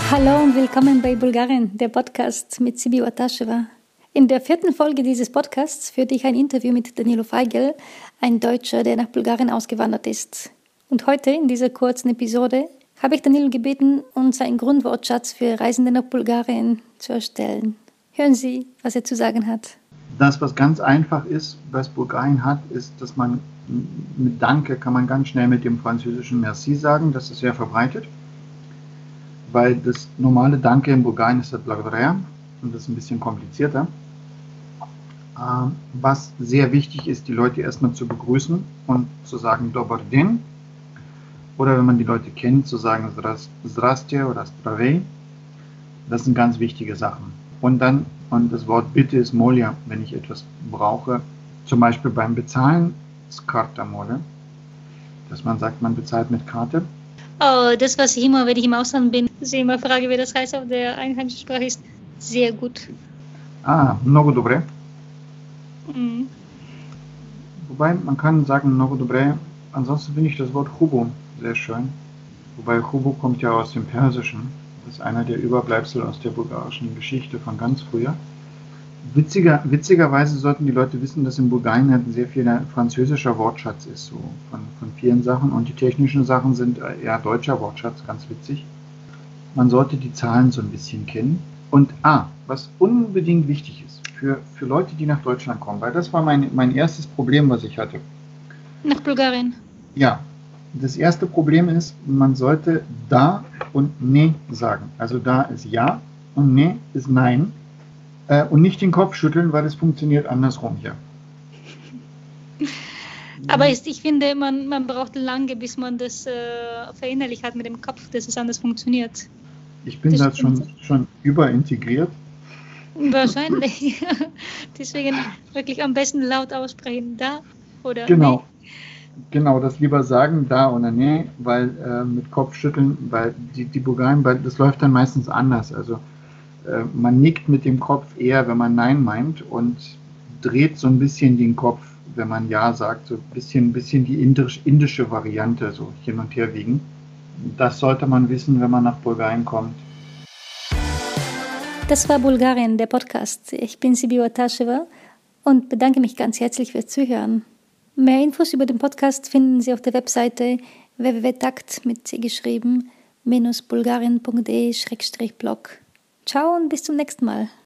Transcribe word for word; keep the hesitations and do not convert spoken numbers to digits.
Hallo und willkommen bei Bulgarien, der Podcast mit Sibi Watashewa. In der vierten Folge dieses Podcasts führte ich ein Interview mit Danilo Feigl, ein Deutscher, der nach Bulgarien ausgewandert ist. Und heute, in dieser kurzen Episode, habe ich Danilo gebeten, uns einen Grundwortschatz für Reisende nach Bulgarien zu erstellen. Hören Sie, was er zu sagen hat. Das, was ganz einfach ist, was Bulgarien hat, ist, dass man mit Danke kann man ganz schnell mit dem französischen Merci sagen. Das ist sehr verbreitet, weil das normale Danke in Bulgarien ist das Благодаря und das ist ein bisschen komplizierter. Was sehr wichtig ist, die Leute erstmal zu begrüßen und zu sagen Dobar den. Oder wenn man die Leute kennt, zu sagen Zdrastje oder Zdravej. Das sind ganz wichtige Sachen. Und dann, und das Wort Bitte ist Molja, wenn ich etwas brauche, zum Beispiel beim Bezahlen, ist Karta Molja, dass man sagt, man bezahlt mit Karte. Oh, das, was ich immer, wenn ich im Ausland bin, sie immer frage, wie das heißt auf der einheimischen Sprache, ist sehr gut. Ah, много добре. Mhm. Wobei, man kann sagen много добре, ansonsten finde ich das Wort Hubo sehr schön. Wobei Hubo kommt ja aus dem Persischen. Das ist einer der Überbleibsel aus der bulgarischen Geschichte von ganz früher. Witziger, witzigerweise sollten die Leute wissen, dass in Bulgarien ein sehr viel französischer Wortschatz ist, so von, von vielen Sachen. Und die technischen Sachen sind eher deutscher Wortschatz, ganz witzig. Man sollte die Zahlen so ein bisschen kennen. Und ah, was unbedingt wichtig ist für, für Leute, die nach Deutschland kommen, weil das war mein, mein erstes Problem, was ich hatte. Nach Bulgarien? Ja, das erste Problem ist, man sollte da und ne sagen. Also da ist ja und ne ist nein. Äh, und nicht den Kopf schütteln, weil es funktioniert andersrum hier. Aber ist, ich finde, man, man braucht lange, bis man das äh, verinnerlicht hat mit dem Kopf, dass es anders funktioniert. Ich bin das da schon, schon überintegriert. Wahrscheinlich. Deswegen wirklich am besten laut aussprechen, da oder Genau. nee. Genau, das lieber sagen, da oder nee, weil äh, mit Kopfschütteln, weil die, die Bulgaren, weil das läuft dann meistens anders. Also äh, man nickt mit dem Kopf eher, wenn man Nein meint und dreht so ein bisschen den Kopf, wenn man Ja sagt, so ein bisschen, bisschen die indisch, indische Variante, so hin und her wiegen. Das sollte man wissen, wenn man nach Bulgarien kommt. Das war Bulgarien, der Podcast. Ich bin Sibi Watashewa und bedanke mich ganz herzlich fürs Zuhören. Mehr Infos über den Podcast finden Sie auf der Webseite w w w punkt takt mit c geschrieben minus bulgarien punkt de slash blog. Ciao und bis zum nächsten Mal.